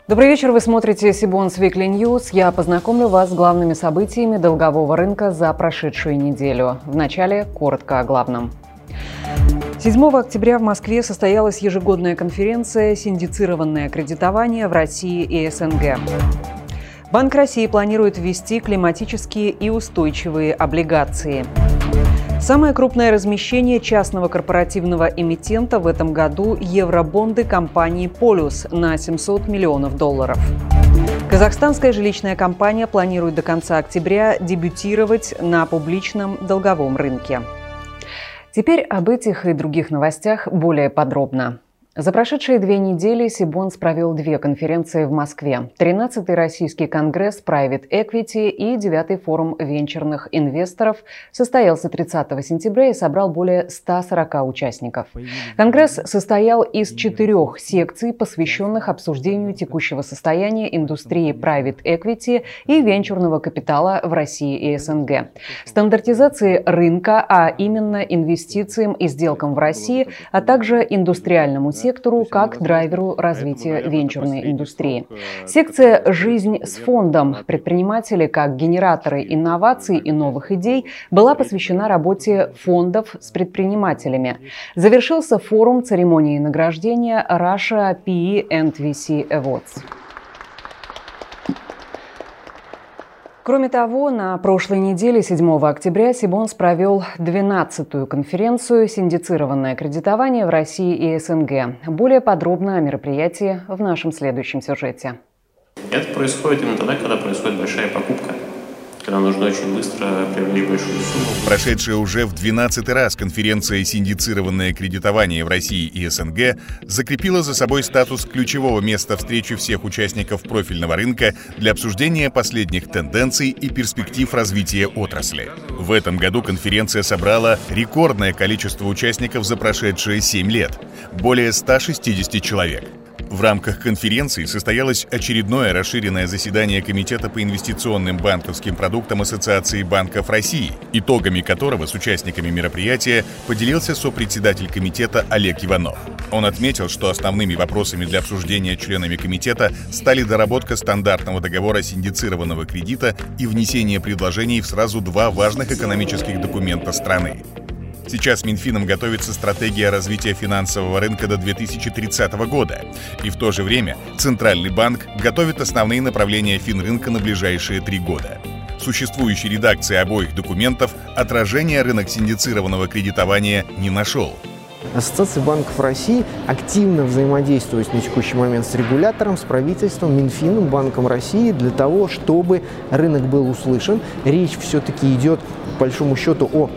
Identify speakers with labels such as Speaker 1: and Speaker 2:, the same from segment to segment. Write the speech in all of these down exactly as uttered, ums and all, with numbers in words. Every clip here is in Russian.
Speaker 1: Добрый вечер, вы смотрите Сибонс Weekly News. Я познакомлю вас с главными событиями долгового рынка за прошедшую неделю. Вначале коротко о главном. седьмого октября в Москве состоялась ежегодная конференция «Синдицированное кредитование в России и СНГ». Банк России планирует ввести климатические и устойчивые облигации. Самое крупное размещение частного корпоративного эмитента в этом году – евробонды компании «Полюс» на семьсот миллионов долларов. Казахстанская жилищная компания планирует до конца октября дебютировать на публичном долговом рынке. Теперь об этих и других новостях более подробно. За прошедшие две недели Сибонс провел две конференции в Москве. тринадцатый российский конгресс Private Equity и девятый форум венчурных инвесторов состоялся тридцатого сентября и собрал более ста сорока участников. Конгресс состоял из четырех секций, посвященных обсуждению текущего состояния индустрии Private Equity и венчурного капитала в России и СНГ, стандартизации рынка, а именно инвестициям и сделкам в России, а также индустриальному сектору, сектору как драйверу развития венчурной индустрии. Секция «Жизнь с фондом. Предприниматели как генераторы инноваций и новых идей» была посвящена работе фондов с предпринимателями. Завершился форум церемонии награждения Russia пи и энд ви си Awards. Кроме того, на прошлой неделе, седьмого октября, Сибонс провел двенадцатую конференцию «Синдицированное кредитование в России и СНГ». Более подробно о мероприятии в нашем следующем сюжете.
Speaker 2: Это происходит именно тогда, когда происходит большая покупка, когда нужно очень быстро приобрести большую сумму.
Speaker 3: Прошедшая уже в двенадцатый раз конференция «Синдицированное кредитование в России и СНГ» закрепила за собой статус ключевого места встречи всех участников профильного рынка для обсуждения последних тенденций и перспектив развития отрасли. В этом году конференция собрала рекордное количество участников за прошедшие семь лет – более ста шестидесяти человек. В рамках конференции состоялось очередное расширенное заседание Комитета по инвестиционным банковским продуктам Ассоциации банков России, итогами которого с участниками мероприятия поделился сопредседатель комитета Олег Иванов. Он отметил, что основными вопросами для обсуждения членами комитета стали доработка стандартного договора синдицированного кредита и внесение предложений в сразу два важных экономических документа страны. Сейчас Минфином готовится стратегия развития финансового рынка до две тысячи тридцатого года. И в то же время Центральный банк готовит основные направления финрынка на ближайшие три года. В существующей редакции обоих документов отражения рынок синдицированного кредитования не нашел.
Speaker 4: Ассоциация банков России активно взаимодействует на текущий момент с регулятором, с правительством, Минфином, Банком России для того, чтобы рынок был услышан. Речь все-таки идет, по большому счету, о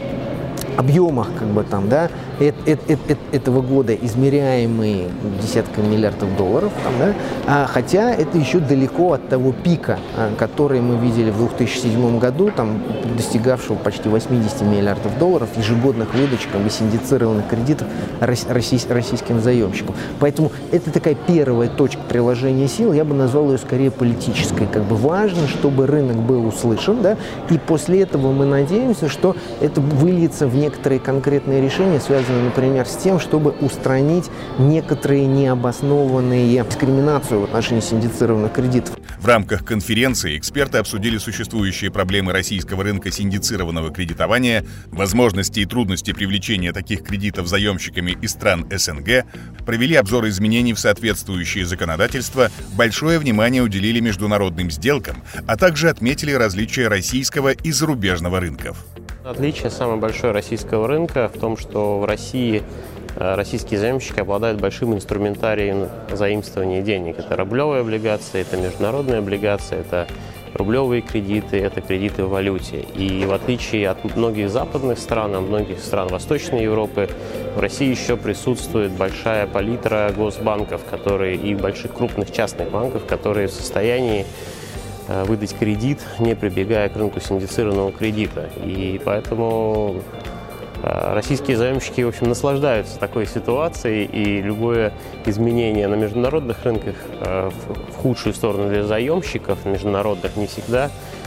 Speaker 4: объемах как бы там, да, э, э, э, э, этого года, измеряемые десятками миллиардов долларов, там, да, а, хотя это еще далеко от того пика, а, который мы видели в две тысячи седьмом году, там, достигавшего почти восьмидесяти миллиардов долларов ежегодных выдачек и синдицированных кредитов россий, российским заемщикам. Поэтому это такая первая точка приложения сил, я бы назвал ее скорее политической. Как бы важно, чтобы рынок был услышан, да, и после этого мы надеемся, что это выльется в некоторые конкретные решения, связанные, например, с тем, чтобы устранить некоторые необоснованные дискриминацию в отношении синдицированных кредитов.
Speaker 3: В рамках конференции эксперты обсудили существующие проблемы российского рынка синдицированного кредитования, возможности и трудности привлечения таких кредитов заемщиками из стран СНГ, провели обзор изменений в соответствующее законодательство, большое внимание уделили международным сделкам, а также отметили различия российского и зарубежного рынков.
Speaker 2: Отличие самое большое российского рынка в том, что в России российские заемщики обладают большим инструментарием заимствования денег. Это рублевые облигации, это международные облигации, это рублевые кредиты, это кредиты в валюте. И в отличие от многих западных стран, от многих стран Восточной Европы, в России еще присутствует большая палитра госбанков, которые и больших крупных частных банков, которые в состоянии выдать кредит, не прибегая к рынку синдицированного кредита. И поэтому российские заемщики, в общем, наслаждаются такой ситуацией, и любое изменение на международных рынках в худшую сторону для заемщиков, международных, не всегда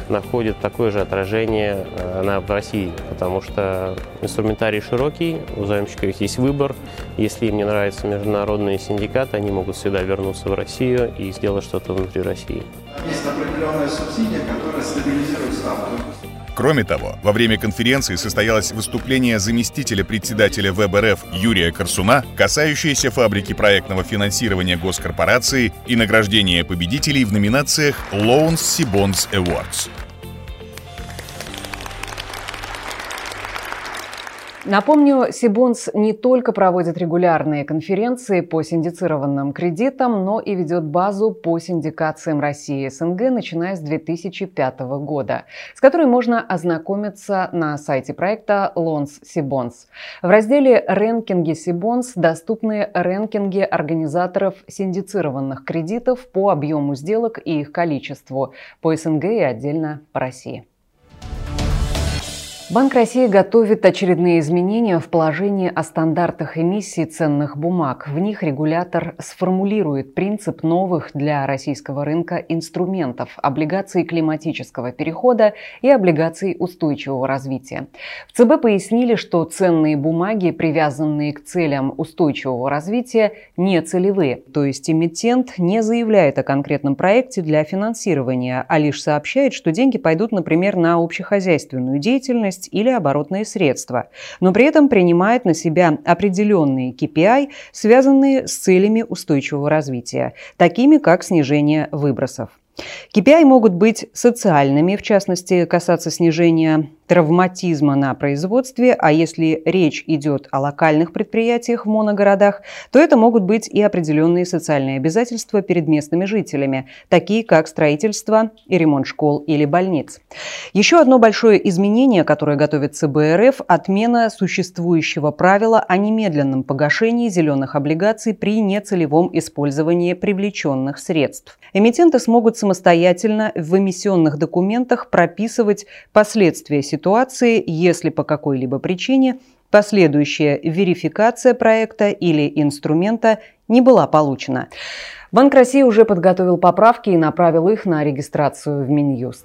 Speaker 2: находит такое же отражение на, в России, потому что инструментарий широкий, у заемщиков есть выбор. Если им не нравятся международные синдикаты, они могут всегда вернуться в Россию и сделать что-то внутри России.
Speaker 5: Есть определенная субсидия, которая стабилизирует ставку.
Speaker 3: Кроме того, во время конференции состоялось выступление заместителя председателя ВЭБ-РФ Юрия Корсуна, касающееся фабрики проектного финансирования госкорпорации и награждения победителей в номинациях Loans Sibonds Awards.
Speaker 1: Напомню, Сибонс не только проводит регулярные конференции по синдицированным кредитам, но и ведет базу по синдикациям России и СНГ, начиная с две тысячи пятого года, с которой можно ознакомиться на сайте проекта Loans Sibonds. В разделе «Рэнкинги Сибонс» доступны рэнкинги организаторов синдицированных кредитов по объему сделок и их количеству, по СНГ и отдельно по России. Банк России готовит очередные изменения в положении о стандартах эмиссии ценных бумаг. В них регулятор сформулирует принцип новых для российского рынка инструментов – облигаций климатического перехода и облигаций устойчивого развития. В ЦБ пояснили, что ценные бумаги, привязанные к целям устойчивого развития, не целевые. То есть эмитент не заявляет о конкретном проекте для финансирования, а лишь сообщает, что деньги пойдут, например, на общехозяйственную деятельность или оборотные средства, но при этом принимает на себя определенные кей пи ай, связанные с целями устойчивого развития, такими как снижение выбросов. кей пи ай могут быть социальными, в частности, касаться снижения травматизма на производстве, а если речь идет о локальных предприятиях в моногородах, то это могут быть и определенные социальные обязательства перед местными жителями, такие как строительство и ремонт школ или больниц. Еще одно большое изменение, которое готовит ЦБ РФ – отмена существующего правила о немедленном погашении зеленых облигаций при нецелевом использовании привлеченных средств. Эмитенты смогут самостоятельно в эмиссионных документах прописывать последствия ситуации, ситуации, если по какой-либо причине последующая верификация проекта или инструмента не была получена. Банк России уже подготовил поправки и направил их на регистрацию в Минюст.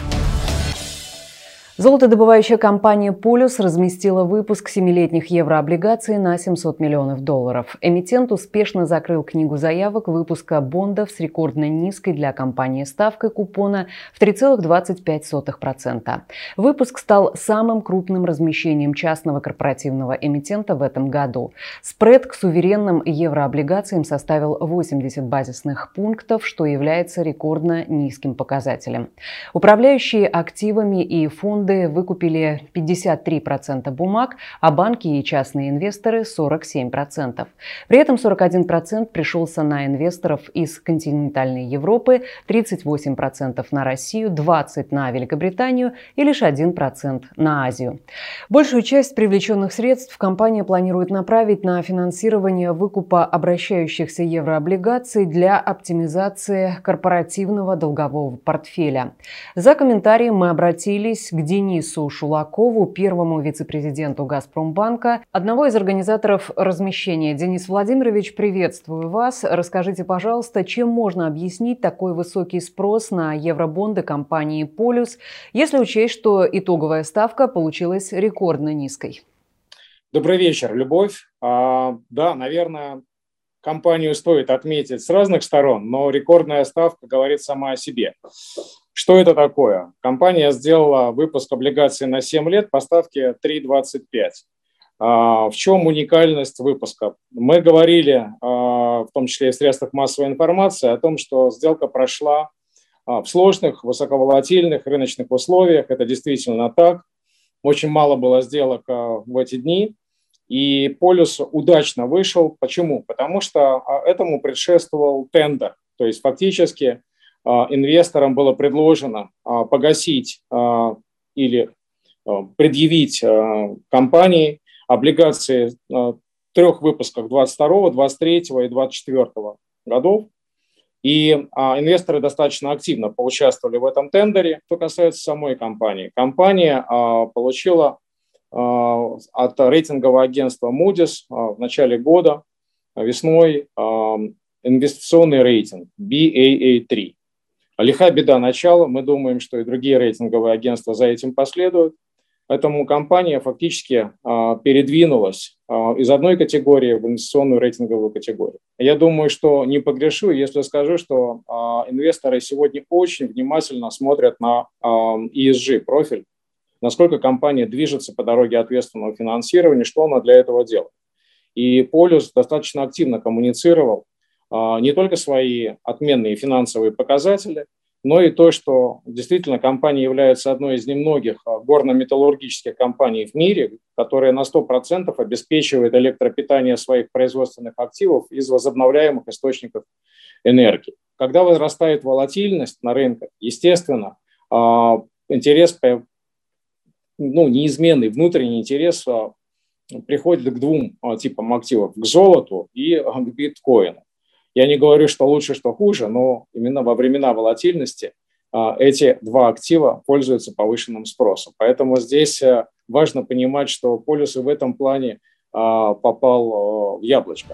Speaker 1: Золотодобывающая компания «Полюс» разместила выпуск семилетних еврооблигаций на семьсот миллионов долларов. Эмитент успешно закрыл книгу заявок выпуска бондов с рекордно низкой для компании ставкой купона в три целых двадцать пять сотых процента. Выпуск стал самым крупным размещением частного корпоративного эмитента в этом году. Спред к суверенным еврооблигациям составил восемьдесят базисных пунктов, что является рекордно низким показателем. Управляющие активами и фонды выкупили пятьдесят три процента бумаг, а банки и частные инвесторы – сорок семь процентов. При этом сорок один процент пришелся на инвесторов из континентальной Европы, тридцать восемь процентов на Россию, двадцать процентов на Великобританию и лишь один процент на Азию. Большую часть привлеченных средств компания планирует направить на финансирование выкупа обращающихся еврооблигаций для оптимизации корпоративного долгового портфеля. За комментарием мы обратились к Денису Шулакову, первому вице-президенту «Газпромбанка», одного из организаторов размещения. Денис Владимирович, приветствую вас. Расскажите, пожалуйста, чем можно объяснить такой высокий спрос на евробонды компании «Полюс», если учесть, что итоговая ставка получилась рекордно низкой?
Speaker 6: Добрый вечер, Любовь. А, да, наверное, компанию стоит отметить с разных сторон, но рекордная ставка говорит сама о себе. Что это такое? Компания сделала выпуск облигаций на семь лет по ставке три целых двадцать пять сотых. В чем уникальность выпуска? Мы говорили, в том числе и в средствах массовой информации, о том, что сделка прошла в сложных, высоковолатильных рыночных условиях. Это действительно так. Очень мало было сделок в эти дни. И «Полюс» удачно вышел. Почему? Потому что этому предшествовал тендер. То есть фактически инвесторам было предложено погасить или предъявить компании облигации в трех выпусках двадцать второго, двадцать третьего и двадцать четвёртого годов. И инвесторы достаточно активно поучаствовали в этом тендере. Что касается самой компании. Компания получила от рейтингового агентства Moody's в начале года, весной, инвестиционный рейтинг би эй эй три. Лиха беда начала. Мы думаем, что и другие рейтинговые агентства за этим последуют. Поэтому компания фактически а, передвинулась а, из одной категории в инвестиционную рейтинговую категорию. Я думаю, что не погрешу, если скажу, что а, инвесторы сегодня очень внимательно смотрят на а, и эс джи-профиль, насколько компания движется по дороге ответственного финансирования, что она для этого делает. И Полюс достаточно активно коммуницировал а, не только свои отменные финансовые показатели, но и то, что действительно компания является одной из немногих горно-металлургических компаний в мире, которая на сто процентов обеспечивает электропитание своих производственных активов из возобновляемых источников энергии. Когда возрастает волатильность на рынках, естественно, интерес, ну, неизменный внутренний интерес приходит к двум типам активов, к золоту и к биткоину. Я не говорю, что лучше, что хуже, но именно во времена волатильности а, эти два актива пользуются повышенным спросом. Поэтому здесь а, важно понимать, что Полюс и в этом плане а, попал а, в яблочко.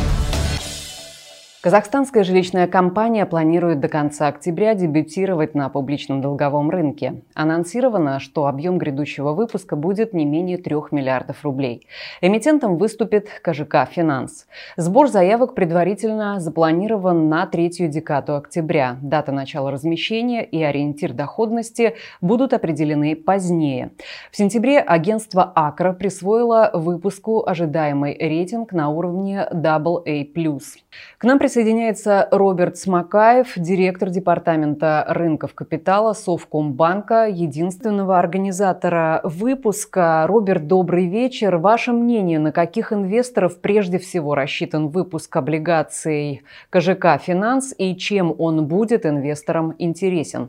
Speaker 1: Казахстанская жилищная компания планирует до конца октября дебютировать на публичном долговом рынке. Анонсировано, что объем грядущего выпуска будет не менее трех миллиардов рублей. Эмитентом выступит ка жэ ка «Финанс». Сбор заявок предварительно запланирован на третью декаду октября. Дата начала размещения и ориентир доходности будут определены позднее. В сентябре агентство «Акро» присвоило выпуску ожидаемый рейтинг на уровне дабл эй плюс. К нам присоединяется Роберт Смакаев, директор департамента рынков капитала Совкомбанка, единственного организатора выпуска. Роберт, добрый вечер. Ваше мнение, на каких инвесторов прежде всего рассчитан выпуск облигаций ка жэ ка «Финанс» и чем он будет инвесторам интересен?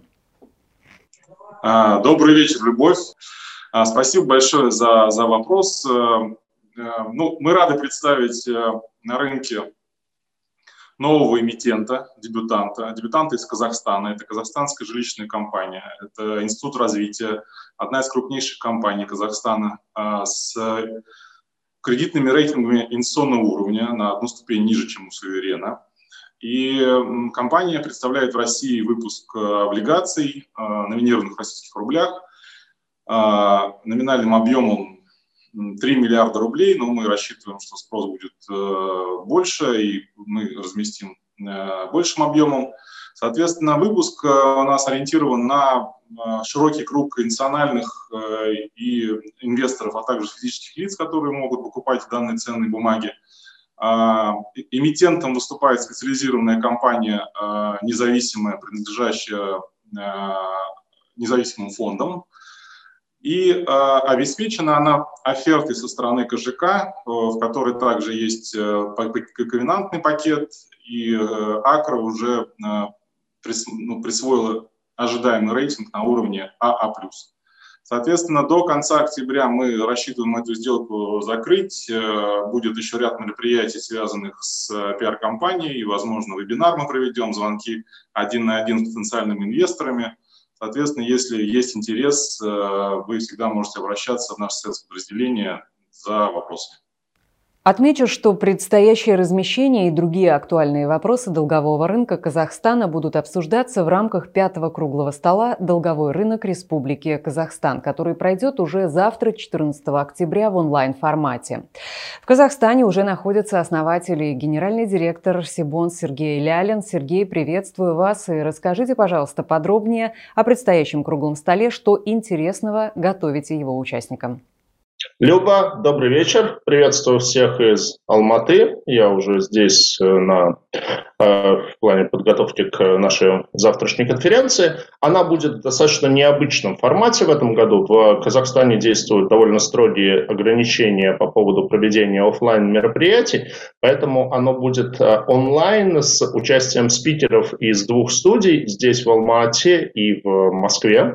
Speaker 7: Добрый вечер, Любовь. Спасибо большое за, за вопрос. Ну, мы рады представить на рынке нового эмитента, дебютанта, дебютанта из Казахстана. Это казахстанская жилищная компания, это Институт развития, одна из крупнейших компаний Казахстана с кредитными рейтингами инвестиционного уровня на одну ступень ниже, чем у суверена. И компания представляет в России выпуск облигаций, номинированных в российских рублях, номинальным объемом три миллиарда рублей, но мы рассчитываем, что спрос будет э, больше, и мы разместим э, большим объемом. Соответственно, выпуск э, у нас ориентирован на э, широкий круг национальных э, и инвесторов, а также физических лиц, которые могут покупать данные ценные бумаги. Э, эмитентом выступает специализированная компания, э, независимая, принадлежащая э, независимым фондам. И э, обеспечена она офертой со стороны ка жэ ка, э, в которой также есть э, ковенантный пакет, и э, Акро уже э, прис, ну, присвоила ожидаемый рейтинг на уровне а а плюс. Соответственно, до конца октября мы рассчитываем эту сделку закрыть. Э, будет еще ряд мероприятий, связанных с э, пиар-компанией, и, возможно, вебинар мы проведем, звонки один на один с потенциальными инвесторами. Соответственно, если есть интерес, вы всегда можете обращаться в наше селс-подразделение за вопросами.
Speaker 1: Отмечу, что предстоящее размещение и другие актуальные вопросы долгового рынка Казахстана будут обсуждаться в рамках пятого круглого стола «Долговой рынок Республики Казахстан», который пройдет уже завтра, четырнадцатого октября, в онлайн-формате. В Казахстане уже находятся основатель и генеральный директор Сибонс Сергей Лялин. Сергей, приветствую вас и расскажите, пожалуйста, подробнее о предстоящем круглом столе, что интересного готовите его участникам.
Speaker 8: Люба, добрый вечер. Приветствую всех из Алматы. Я уже здесь на, в плане подготовки к нашей завтрашней конференции. Она будет в достаточно необычном формате в этом году. В Казахстане действуют довольно строгие ограничения по поводу проведения офлайн мероприятий, поэтому оно будет онлайн с участием спикеров из двух студий, здесь в Алма-Ате и в Москве.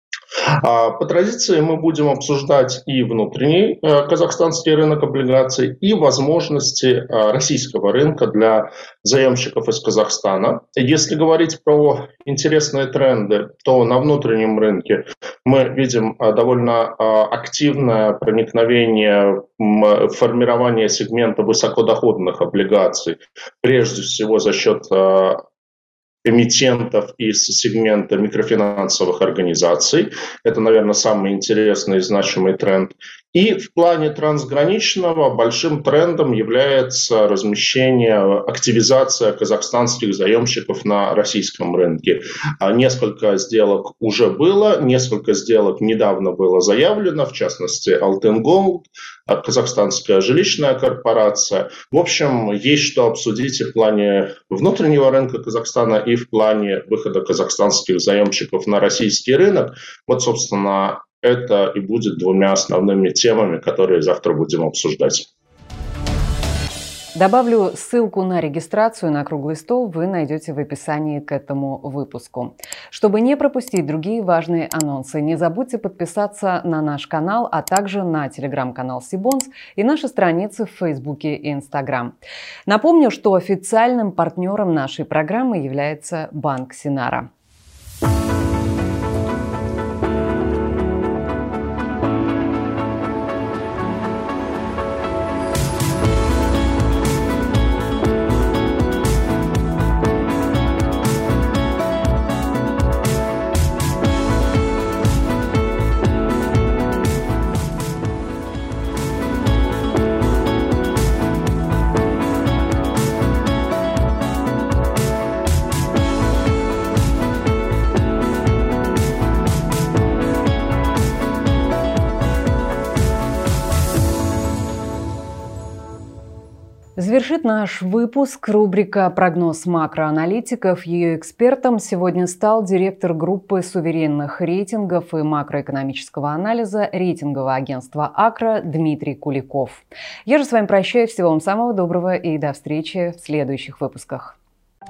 Speaker 8: По традиции мы будем обсуждать и внутренний казахстанский рынок облигаций, и возможности российского рынка для заемщиков из Казахстана. Если говорить про интересные тренды, то на внутреннем рынке мы видим довольно активное проникновение, формирование сегмента высокодоходных облигаций, прежде всего за счет эмитентов из сегмента микрофинансовых организаций. Это, наверное, самый интересный и значимый тренд. И в плане трансграничного большим трендом является размещение, активизация казахстанских заемщиков на российском рынке. Несколько сделок уже было, несколько сделок недавно было заявлено, в частности, Алтын Голд, казахстанская жилищная корпорация. В общем, есть что обсудить и в плане внутреннего рынка Казахстана, и в плане выхода казахстанских заемщиков на российский рынок. Вот, собственно, это и будет двумя основными темами, которые завтра будем обсуждать.
Speaker 1: Добавлю ссылку на регистрацию на круглый стол вы найдете в описании к этому выпуску. Чтобы не пропустить другие важные анонсы, не забудьте подписаться на наш канал, а также на телеграм-канал Сибонс и наши страницы в Фейсбуке и Инстаграм. Напомню, что официальным партнером нашей программы является Банк Синара. Завершит наш выпуск рубрика «Прогноз макроаналитиков». Ее экспертом сегодня стал директор группы суверенных рейтингов и макроэкономического анализа рейтингового агентства «Акра» Дмитрий Куликов. Я же с вами прощаюсь. Всего вам самого доброго и до встречи в следующих выпусках.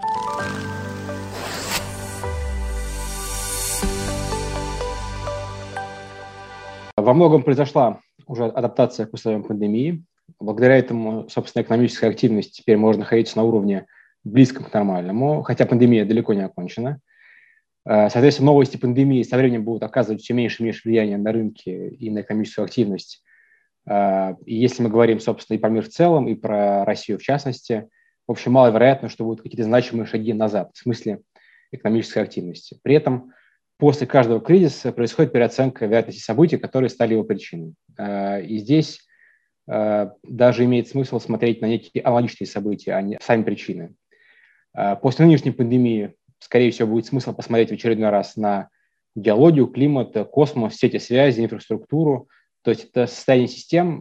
Speaker 9: Во многом произошла уже адаптация к условиям пандемии. Благодаря этому, собственно, экономическая активность теперь может находиться на уровне близком к нормальному, хотя пандемия далеко не окончена. Соответственно, новости пандемии со временем будут оказывать все меньше и меньше влияния на рынки и на экономическую активность. И если мы говорим, собственно, и про мир в целом, и про Россию в частности, в общем, маловероятно, что будут какие-то значимые шаги назад в смысле экономической активности. При этом после каждого кризиса происходит переоценка вероятности событий, которые стали его причиной. И здесь даже имеет смысл смотреть на некие аналогичные события, а не сами причины. После нынешней пандемии, скорее всего, будет смысл посмотреть в очередной раз на геологию, климат, космос, сети связи, инфраструктуру. То есть это состояние систем,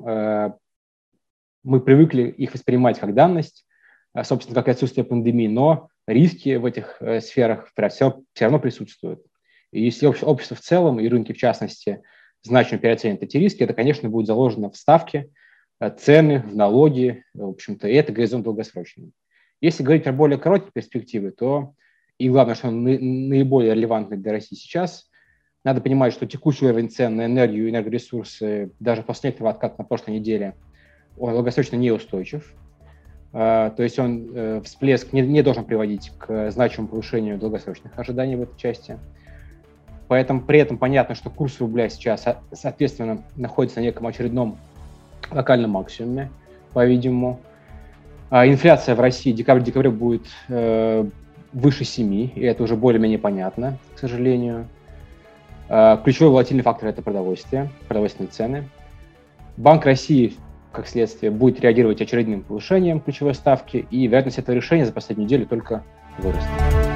Speaker 9: мы привыкли их воспринимать как данность, собственно, как и отсутствие пандемии, но риски в этих сферах все, все равно присутствуют. И если общество в целом и рынки в частности значимо переоценят эти риски, это, конечно, будет заложено в ставки, цены, в налоги, в общем-то, и это горизонт долгосрочный. Если говорить про более короткие перспективы, то, и главное, что он наиболее релевантный для России сейчас, надо понимать, что текущий уровень цен на энергию и энергоресурсы даже после некоторого отката на прошлой неделе, он долгосрочно неустойчив. То есть он, всплеск не, не должен приводить к значимому повышению долгосрочных ожиданий в этой части. Поэтому при этом понятно, что курс рубля сейчас, соответственно, находится на неком очередном локальном максимуме, по-видимому. А инфляция в России декабрь-декабрь будет э, выше семи, и это уже более-менее понятно, к сожалению. А, ключевой волатильный фактор – это продовольствие, продовольственные цены. Банк России, как следствие, будет реагировать очередным повышением ключевой ставки, и вероятность этого решения за последнюю неделю только вырастет.